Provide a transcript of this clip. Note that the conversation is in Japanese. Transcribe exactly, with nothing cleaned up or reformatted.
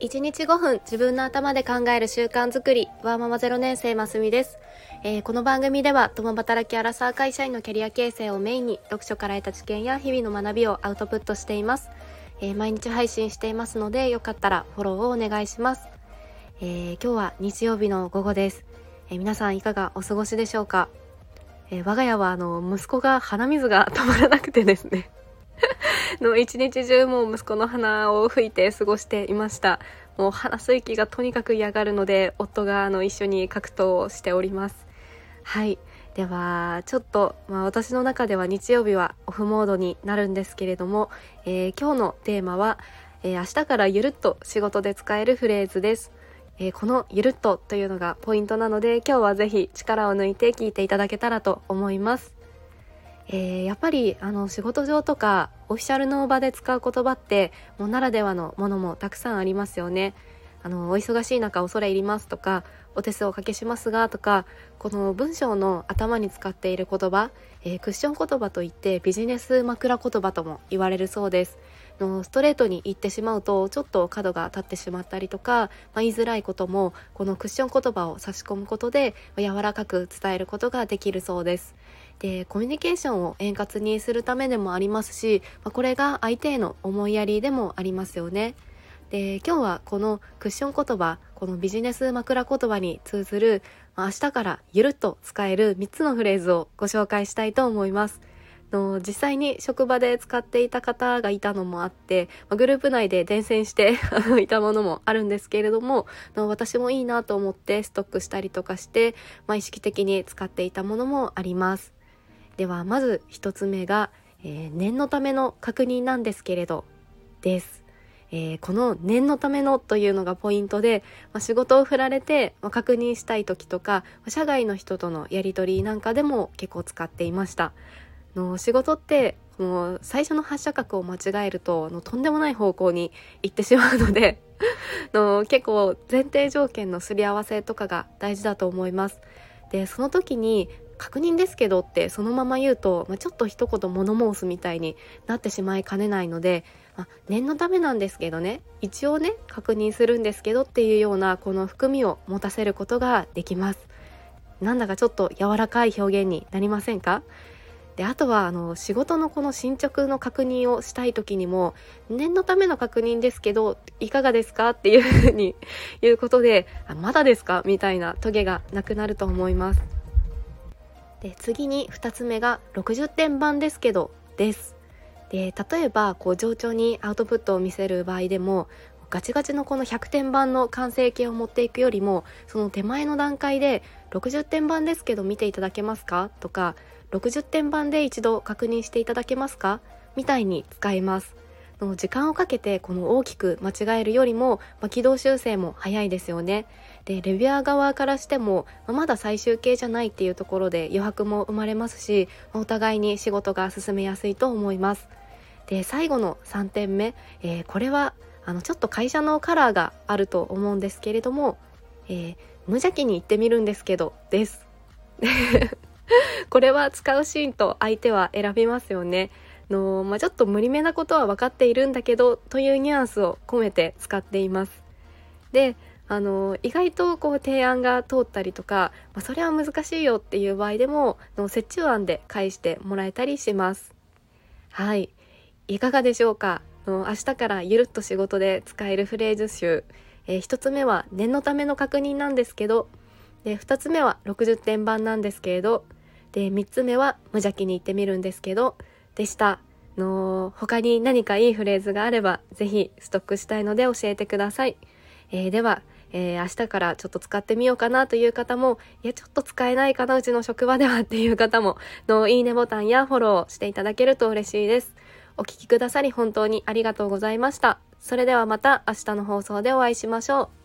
いちにちごふん自分の頭で考える習慣づくりワーママゼロねん生ますみです、えー、この番組では共働きアラサー会社員のキャリア形成をメインに読書から得た知見や日々の学びをアウトプットしています、えー、毎日配信していますのでよかったらフォローをお願いします、えー、今日は日曜日の午後です、えー、皆さんいかがお過ごしでしょうか。えー、我が家はあの息子が鼻水が止まらなくてですねの一日中もう息子の鼻を拭いて過ごしていました。もう鼻水気がとにかく嫌がるので夫があの一緒に格闘をしております。はい、ではちょっと、まあ、私の中では日曜日はオフモードになるんですけれども、えー、今日のテーマは、えー、明日からゆるっと仕事で使えるフレーズです。えー、このゆるっとというのがポイントなので今日はぜひ力を抜いて聞いていただけたらと思います。えー、やっぱりあの仕事上とかオフィシャルの場で使う言葉ってもうならではのものもたくさんありますよね。あのお忙しい中恐れ入りますとかお手数をおかけしますがとか、この文章の頭に使っている言葉、えー、クッション言葉といってビジネス枕言葉とも言われるそうです。のストレートに言ってしまうとちょっと角が立ってしまったりとか、まあ、言いづらいこともこのクッション言葉を差し込むことで柔らかく伝えることができるそうです。でコミュニケーションを円滑にするためでもありますし、まあ、これが相手への思いやりでもありますよね。で今日はこのクッション言葉、このビジネス枕言葉に通ずる、まあ、明日からゆるっと使えるみっつのフレーズをご紹介したいと思います。の実際に職場で使っていた方がいたのもあって、まあ、グループ内で伝染していたものもあるんですけれども、の私もいいなと思ってストックしたりとかして、まあ、意識的に使っていたものもあります。ではまず一つ目が、えー、念のための確認なんですけれどです。えー、この念のためのというのがポイントで、まあ、仕事を振られて、まあ、確認したい時とか社外の人とのやり取りなんかでも結構使っていました。の仕事ってもう最初の発射角を間違えるとのとんでもない方向に行ってしまうのでの結構前提条件のすり合わせとかが大事だと思います。でその時に確認ですけどってそのまま言うと、まあ、ちょっと一言物申すみたいになってしまいかねないので、まあ、念のためなんですけどね、一応ね確認するんですけどっていうようなこの含みを持たせることができます。なんだかちょっと柔らかい表現になりませんか？であとはあの仕事のこの進捗の確認をしたい時にも念のための確認ですけどいかがですかっていうふうに言うことで、あまだですかみたいなトゲがなくなると思います。で次にふたつめがろくじゅってん版ですけどです。で例えばこう冗長にアウトプットを見せる場合でもガチガチのこのひゃくてん版の完成形を持っていくよりもその手前の段階でろくじゅってん版ですけど見ていただけますかとかろくじゅってん版で一度確認していただけますかみたいに使えます。の時間をかけてこの大きく間違えるよりも、まあ、軌道修正も早いですよね。でレビュアー側からしても、まあ、まだ最終形じゃないっていうところで余白も生まれますし、まあ、お互いに仕事が進めやすいと思います。で最後のさんてんめ、えー、これはあのちょっと会社のカラーがあると思うんですけれども、えー、無邪気に言ってみるんですけどですこれは使うシーンと相手は選びますよね。の、まあ、ちょっと無理めなことは分かっているんだけどというニュアンスを込めて使っています。であの意外とこう提案が通ったりとか、まあ、それは難しいよっていう場合でもの折衷案で返してもらえたりします。はい、いかがでしょうか。の明日からゆるっと仕事で使えるフレーズ集、えー、ひとつめは念のための確認なんですけど、でふたつめはろくじゅってん版なんですけれど、でみっつめは無邪気に言ってみるんですけどでした。の他に何かいいフレーズがあればぜひストックしたいので教えてください。えー、では、えー、明日からちょっと使ってみようかなという方も、いやちょっと使えないかなうちの職場ではっていう方ものいいねボタンやフォローしていただけると嬉しいです。お聞きくださり本当にありがとうございました。それではまた明日の放送でお会いしましょう。